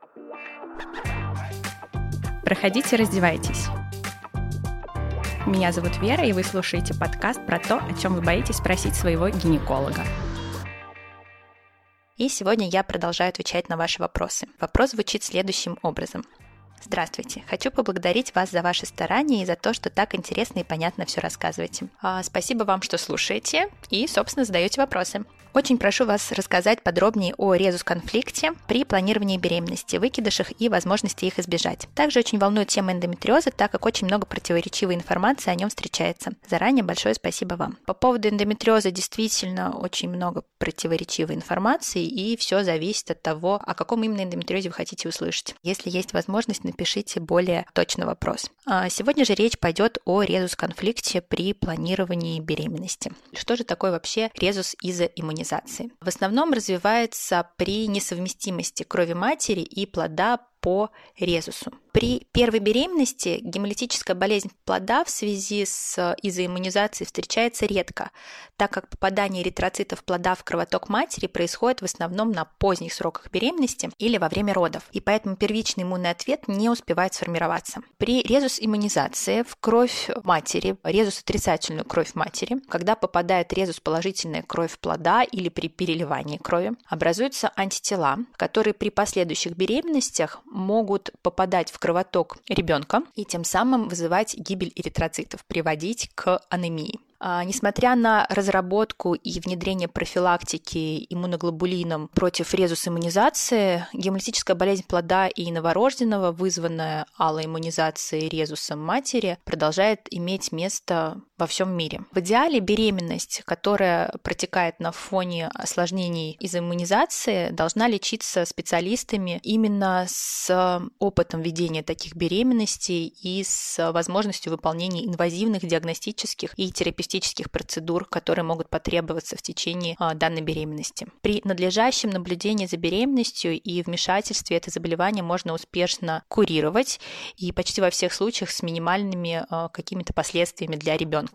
Проходите, раздевайтесь. Меня зовут Вера, и вы слушаете подкаст про то, о чем вы боитесь спросить своего гинеколога. И сегодня я продолжаю отвечать на ваши вопросы. Вопрос звучит следующим образом. Здравствуйте. Хочу поблагодарить вас за ваши старания и за то, что так интересно и понятно все рассказываете. Спасибо вам, что слушаете и, собственно, задаете вопросы. Очень прошу вас рассказать подробнее о резус-конфликте при планировании беременности, выкидышах и возможности их избежать. Также очень волнует тема эндометриоза, так как очень много противоречивой информации о нем встречается. Заранее большое спасибо вам. По поводу эндометриоза действительно очень много противоречивой информации, и все зависит от того, о каком именно эндометриозе вы хотите услышать. Если есть возможность, напишите более точный вопрос. Сегодня же речь пойдет о резус-конфликте при планировании беременности. Что же такое вообще резус из-за иммунизации? В основном развивается при несовместимости крови матери и плода по резусу. При первой беременности гемолитическая болезнь плода в связи с изоиммунизацией встречается редко, так как попадание эритроцитов плода в кровоток матери происходит в основном на поздних сроках беременности или во время родов, и поэтому первичный иммунный ответ не успевает сформироваться. При резус-иммунизации в кровь матери, резус-отрицательную кровь матери, когда попадает резус-положительная кровь плода или при переливании крови, образуются антитела, которые при последующих беременностях могут попадать в кровоток ребенка и тем самым вызывать гибель эритроцитов, приводить к анемии. Несмотря на разработку и внедрение профилактики иммуноглобулином против резус-иммунизации, гемолитическая болезнь плода и новорожденного, вызванная аллоиммунизацией резусом матери, продолжает иметь место во всем мире. В идеале беременность, которая протекает на фоне осложнений из иммунизации, должна лечиться специалистами именно с опытом ведения таких беременностей и с возможностью выполнения инвазивных диагностических и терапевтических процедур, которые могут потребоваться в течение данной беременности. При надлежащем наблюдении за беременностью и вмешательстве это заболевание можно успешно курировать и почти во всех случаях с минимальными какими-то последствиями для ребенка.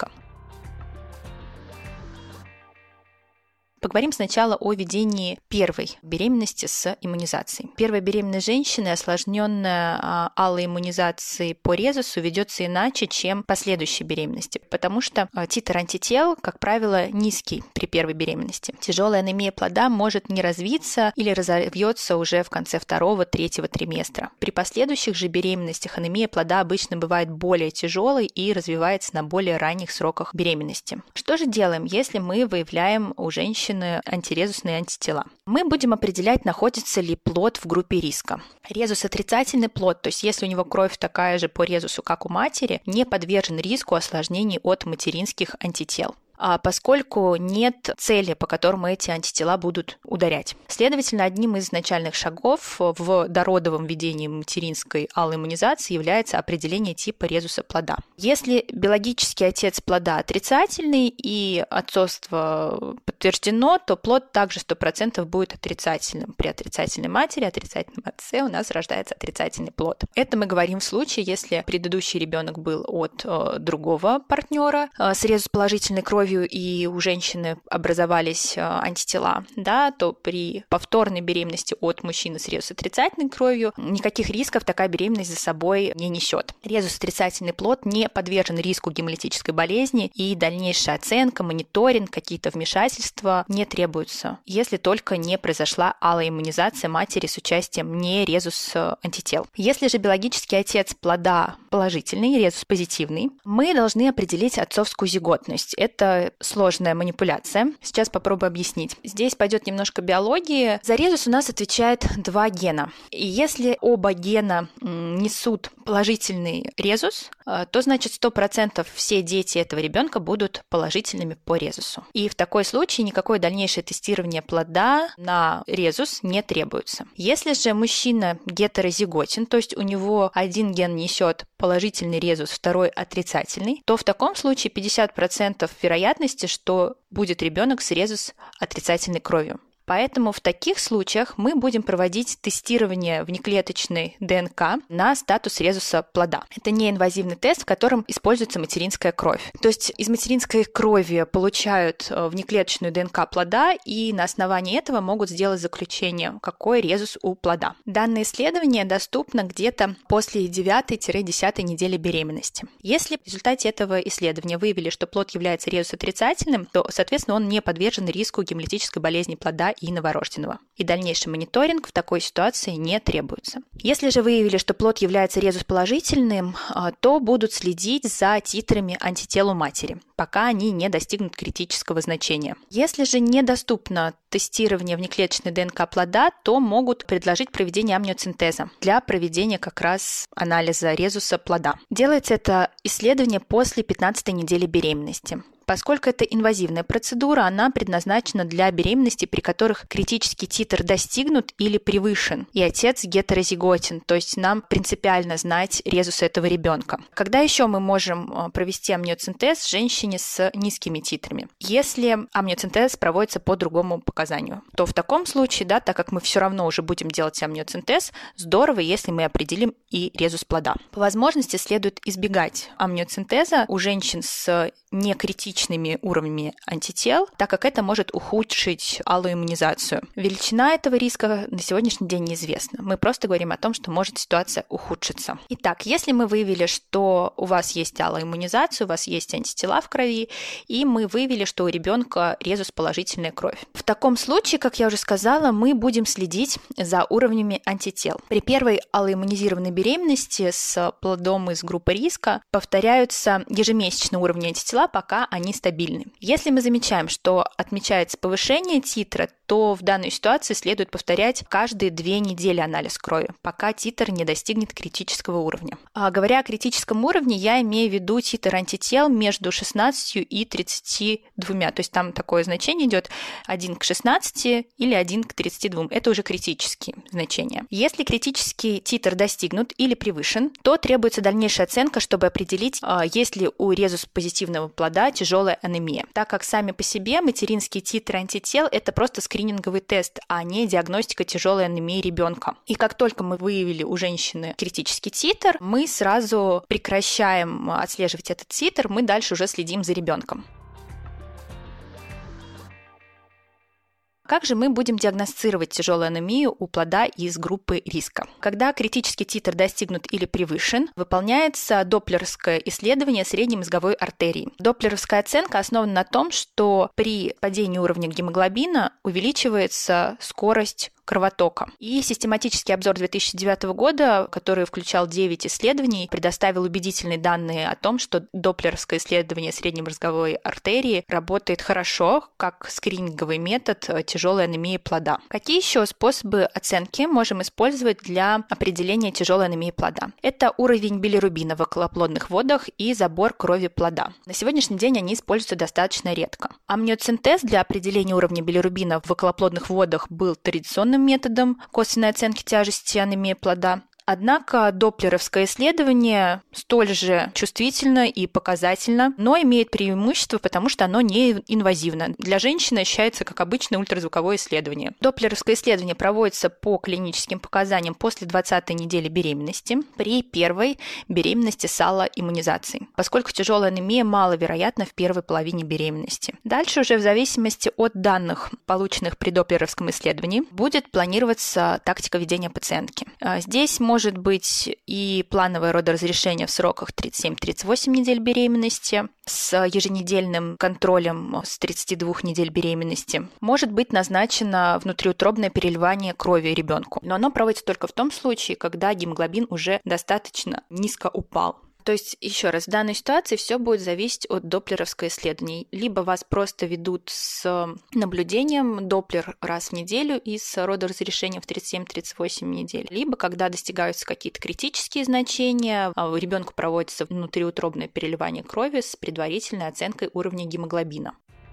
Поговорим сначала о ведении первой беременности с иммунизацией. Первая беременность женщины, осложненная аллоиммунизацией по резусу, ведется иначе, чем последующие беременности, потому что титр антител, как правило, низкий при первой беременности. Тяжелая анемия плода может не развиться или разовьется уже в конце 2-3 триместра. При последующих же беременностях анемия плода обычно бывает более тяжелой и развивается на более ранних сроках беременности. Что же делаем, если мы выявляем у женщин антирезусные антитела? Мы будем определять, находится ли плод в группе риска. Резус-отрицательный плод, то есть если у него кровь такая же по резусу, как у матери, не подвержен риску осложнений от материнских антител, поскольку нет цели, по которому эти антитела будут ударять. Следовательно, одним из начальных шагов в дородовом ведении материнской аллоиммунизации является определение типа резуса плода. Если биологический отец плода отрицательный и отцовство подтверждено, то плод также 100% будет отрицательным. При отрицательной матери, отрицательном отце у нас рождается отрицательный плод. Это мы говорим в случае, если предыдущий ребенок был от другого партнера с резус-положительной кровью, и у женщины образовались антитела, да, то при повторной беременности от мужчины с резус-отрицательной кровью никаких рисков такая беременность за собой не несет. Резус-отрицательный плод не подвержен риску гемолитической болезни, и дальнейшая оценка, мониторинг, какие-то вмешательства не требуются, если только не произошла аллоиммунизация матери с участием не резус-антител. Если же биологический отец плода положительный, резус-позитивный, мы должны определить отцовскую зиготность. Это сложная манипуляция. Сейчас попробую объяснить. Здесь пойдет немножко биологии. За резус у нас отвечает 2 гена. И если оба гена несут положительный резус, то значит 100% все дети этого ребенка будут положительными по резусу. И в такой случае никакое дальнейшее тестирование плода на резус не требуется. Если же мужчина гетерозиготен, то есть у него один ген несет положительный резус, второй отрицательный, то в таком случае 50% вероятности, что будет ребенок с резус отрицательной кровью. Поэтому в таких случаях мы будем проводить тестирование внеклеточной ДНК на статус резуса плода. Это неинвазивный тест, в котором используется материнская кровь. То есть из материнской крови получают внеклеточную ДНК плода и на основании этого могут сделать заключение, какой резус у плода. Данное исследование доступно где-то после 9-10 недели беременности. Если в результате этого исследования выявили, что плод является резус-отрицательным, то, соответственно, он не подвержен риску гемолитической болезни плода и новорожденного. И дальнейший мониторинг в такой ситуации не требуется. Если же выявили, что плод является резус-положительным, то будут следить за титрами антител у матери, пока они не достигнут критического значения. Если же недоступно тестирование внеклеточной ДНК плода, то могут предложить проведение амниоцентеза для проведения как раз анализа резуса плода. Делается это исследование после 15 недели беременности. Поскольку это инвазивная процедура, она предназначена для беременностей, при которых критический титр достигнут или превышен, и отец гетерозиготен, то есть нам принципиально знать резус этого ребенка. Когда еще мы можем провести амниоцентез женщине с низкими титрами? Если амниоцентез проводится по другому показанию, то в таком случае, так как мы все равно уже будем делать амниоцентез, здорово, если мы определим и резус плода. По возможности следует избегать амниоцентеза у женщин с некритичными уровнями антител, так как это может ухудшить аллоиммунизацию. Величина этого риска на сегодняшний день неизвестна. Мы просто говорим о том, что может ситуация ухудшиться. Итак, если мы выявили, что у вас есть аллоиммунизация, у вас есть антитела в крови, и мы выявили, что у ребенка резус-положительная кровь. В таком случае, как я уже сказала, мы будем следить за уровнями антител. При первой аллоиммунизированной беременности с плодом из группы риска повторяются ежемесячные уровни антитела, пока они стабильны. Если мы замечаем, что отмечается повышение титра, то в данной ситуации следует повторять каждые 2 недели анализ крови, пока титр не достигнет критического уровня. Говоря о критическом уровне, я имею в виду титр антител между 16 и 32. То есть там такое значение идет 1 к 16 или 1 к 32. Это уже критические значения. Если критический титр достигнут или превышен, то требуется дальнейшая оценка, чтобы определить, есть ли у резус-позитивного плода тяжелая анемия. Так как сами по себе материнские титры антител – это просто скрининговый тест, а не диагностика тяжелой анемии ребенка. И как только мы выявили у женщины критический титр, мы сразу прекращаем отслеживать этот титр, мы дальше уже следим за ребенком. Как же мы будем диагностировать тяжелую анемию у плода из группы риска? Когда критический титр достигнут или превышен, выполняется доплеровское исследование средней мозговой артерии. Доплеровская оценка основана на том, что при падении уровня гемоглобина увеличивается скорость кровотока. И систематический обзор 2009 года, который включал 9 исследований, предоставил убедительные данные о том, что доплеровское исследование средней мозговой артерии работает хорошо, как скрининговый метод тяжелой анемии плода. Какие еще способы оценки можем использовать для определения тяжелой анемии плода? Это уровень билирубина в околоплодных водах и забор крови плода. На сегодняшний день они используются достаточно редко. Амниоцентез для определения уровня билирубина в околоплодных водах был традиционным методом косвенной оценки тяжести анемии плода. Однако доплеровское исследование столь же чувствительно и показательно, но имеет преимущество, потому что оно не инвазивно. Для женщины ощущается как обычное ультразвуковое исследование. Доплеровское исследование проводится по клиническим показаниям после 20-й недели беременности при первой беременности с аллоиммунизацией, поскольку тяжелая анемия маловероятна в первой половине беременности. Дальше уже в зависимости от данных, полученных при доплеровском исследовании, будет планироваться тактика ведения пациентки. Здесь может быть и плановое родоразрешение в сроках 37-38 недель беременности с еженедельным контролем с 32 недель беременности. Может быть назначено внутриутробное переливание крови ребенку, но оно проводится только в том случае, когда гемоглобин уже достаточно низко упал. То есть, еще раз, в данной ситуации все будет зависеть от доплеровского исследования. Либо вас просто ведут с наблюдением доплер раз в неделю и с родоразрешением в 37-38 недель. Либо, когда достигаются какие-то критические значения, у ребенка проводится внутриутробное переливание крови с предварительной оценкой уровня гемоглобина.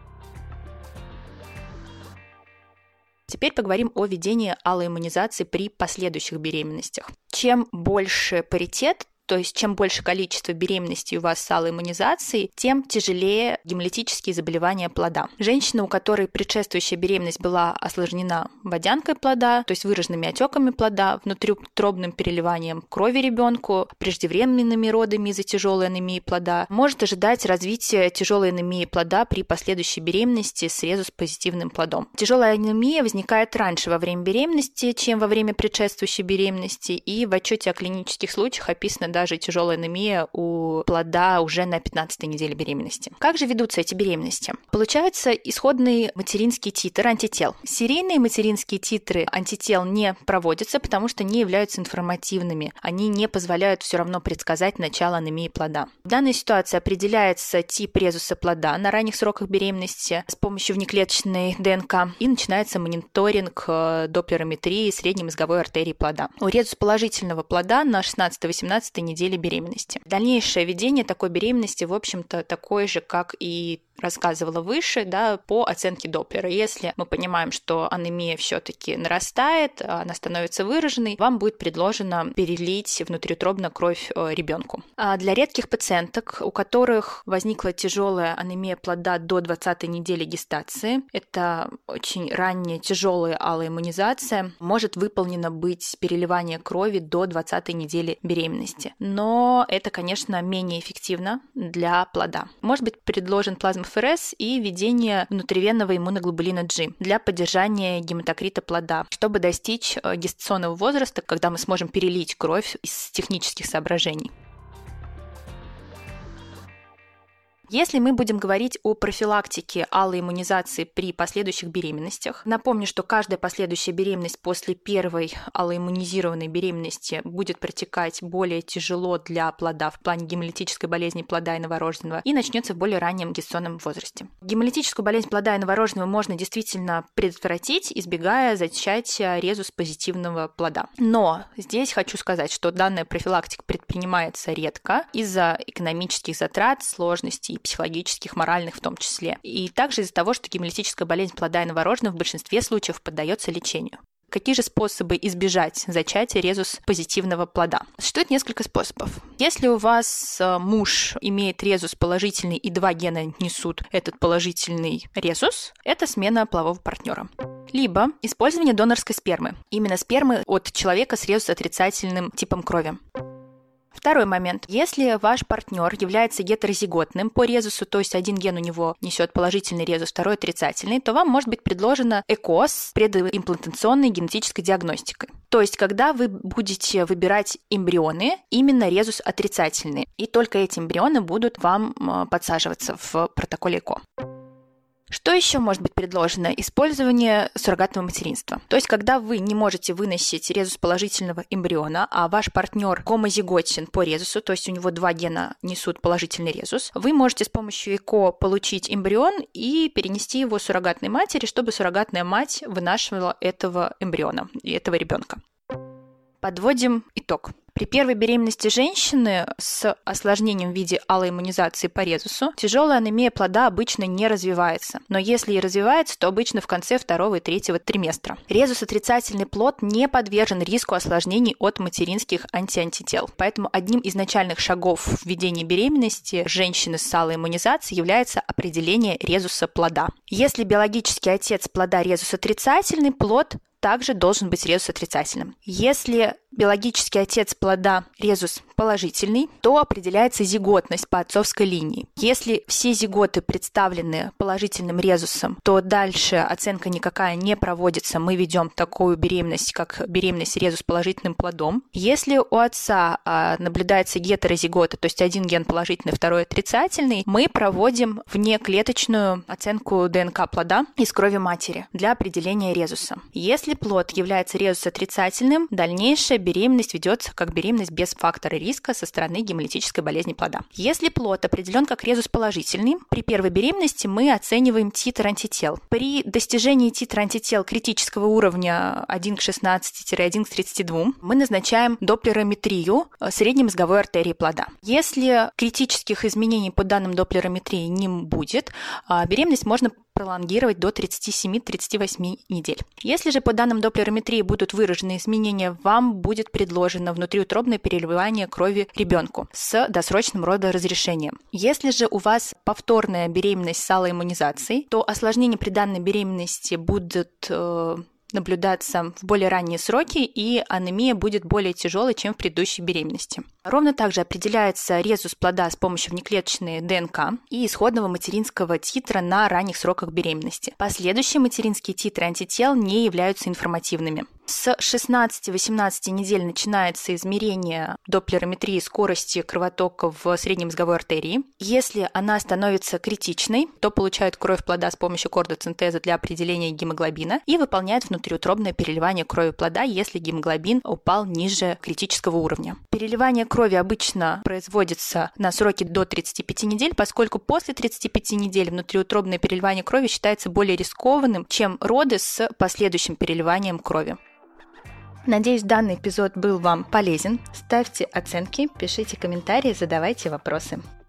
Теперь поговорим о ведении аллоиммунизации при последующих беременностях. Чем больше паритет, То есть чем больше количество беременностей у вас с аллоиммунизацией, тем тяжелее гемолитические заболевания плода. Женщина, у которой предшествующая беременность была осложнена водянкой плода, то есть выраженными отеками плода, внутриутробным переливанием крови ребенку, преждевременными родами из-за тяжелой анемии плода, может ожидать развития тяжелой анемии плода при последующей беременности с резус-позитивным плодом. Тяжелая анемия возникает раньше во время беременности, чем во время предшествующей беременности, и в отчете о клинических случаях описана даже тяжелая анемия у плода уже на 15-й неделе беременности. Как же ведутся эти беременности? Получается исходный материнский титр антител. Серийные материнские титры антител не проводятся, потому что не являются информативными. Они не позволяют все равно предсказать начало анемии плода. В данной ситуации определяется тип резуса плода на ранних сроках беременности с помощью внеклеточной ДНК и начинается мониторинг доплерометрии средней мозговой артерии плода. У резус-положительного плода на 16-18 неделе беременности. Дальнейшее ведение такой беременности, в общем-то, такое же, как и рассказывала выше, да, по оценке Доплера. Если мы понимаем, что анемия все-таки нарастает, она становится выраженной, вам будет предложено перелить внутриутробно кровь ребенку. А для редких пациенток, у которых возникла тяжелая анемия плода до 20-й недели гестации, это очень ранняя тяжелая аллоиммунизация, может выполнено быть переливание крови до 20-й недели беременности. Но это, конечно, менее эффективно для плода. Может быть предложен плазмоферез и введение внутривенного иммуноглобулина G для поддержания гематокрита плода, чтобы достичь гестационного возраста, когда мы сможем перелить кровь из технических соображений. Если мы будем говорить о профилактике аллоиммунизации при последующих беременностях, напомню, что каждая последующая беременность после первой аллоиммунизированной беременности будет протекать более тяжело для плода в плане гемолитической болезни плода и новорожденного и начнется в более раннем гестационном возрасте. Гемолитическую болезнь плода и новорожденного можно действительно предотвратить, избегая зачатия резус-позитивного плода. Но здесь хочу сказать, что данная профилактика предпринимается редко из-за экономических затрат, сложностей, психологических, моральных в том числе. И также из-за того, что гемолитическая болезнь плода и новорожденного в большинстве случаев поддается лечению. Какие же способы избежать зачатия резус-позитивного плода? Существует несколько способов. Если у вас муж имеет резус положительный и 2 гена несут этот положительный резус, это смена полового партнера. Либо использование донорской спермы. Именно спермы от человека с резус-отрицательным типом крови. Второй момент. Если ваш партнер является гетерозиготным по резусу, то есть один ген у него несет положительный резус, второй отрицательный, то вам может быть предложено ЭКО с предимплантационной генетической диагностикой. То есть когда вы будете выбирать эмбрионы, именно резус отрицательный, и только эти эмбрионы будут вам подсаживаться в протоколе ЭКО. Что еще может быть предложено? Использование суррогатного материнства. То есть, когда вы не можете выносить резус положительного эмбриона, а ваш партнер гомозиготен по резусу, то есть у него 2 гена несут положительный резус, вы можете с помощью ЭКО получить эмбрион и перенести его суррогатной матери, чтобы суррогатная мать вынашивала этого эмбриона и этого ребенка. Подводим итог. При первой беременности женщины с осложнением в виде аллоиммунизации по резусу тяжелая анемия плода обычно не развивается. Но если и развивается, то обычно в конце 2-го и 3-го триместра. Резус-отрицательный плод не подвержен риску осложнений от материнских антител. Поэтому одним из начальных шагов в ведении беременности женщины с аллоиммунизацией является определение резуса плода. Если биологический отец плода резус-отрицательный, плод также должен быть резус отрицательным. Если биологический отец плода резус положительный, то определяется зиготность по отцовской линии. Если все зиготы представлены положительным резусом, то дальше оценка никакая не проводится. Мы ведем такую беременность, как беременность резус положительным плодом. Если у отца наблюдается гетерозигота, то есть один ген положительный, второй отрицательный, мы проводим внеклеточную оценку ДНК плода из крови матери для определения резуса. Если плод является резус отрицательным, дальнейшая беременность ведется как беременность без фактора риска со стороны гемолитической болезни плода. Если плод определен как резус положительный, при первой беременности мы оцениваем титр антител. При достижении титра антител критического уровня 1 к 16-1 к 32 мы назначаем доплерометрию средней мозговой артерии плода. Если критических изменений по данным доплерометрии не будет, беременность можно пролонгировать до 37-38 недель. Если же по данным доплерометрии будут выражены изменения, вам будет предложено внутриутробное переливание крови ребенку с досрочным родоразрешением. Если же у вас повторная беременность с аллоиммунизацией, то осложнения при данной беременности будут наблюдаться в более ранние сроки, и анемия будет более тяжелой, чем в предыдущей беременности. Ровно также определяется резус плода с помощью внеклеточной ДНК и исходного материнского титра на ранних сроках беременности. Последующие материнские титры антител не являются информативными. С 16-18 недель начинается измерение доплерометрии скорости кровотока в среднемозговой артерии. Если она становится критичной, то получают кровь плода с помощью кордоцентеза для определения гемоглобина и выполняют внутриутробное переливание крови плода, если гемоглобин упал ниже критического уровня. Переливание крови обычно производится на сроке до 35 недель, поскольку после 35 недель внутриутробное переливание крови считается более рискованным, чем роды с последующим переливанием крови. Надеюсь, данный эпизод был вам полезен. Ставьте оценки, пишите комментарии, задавайте вопросы.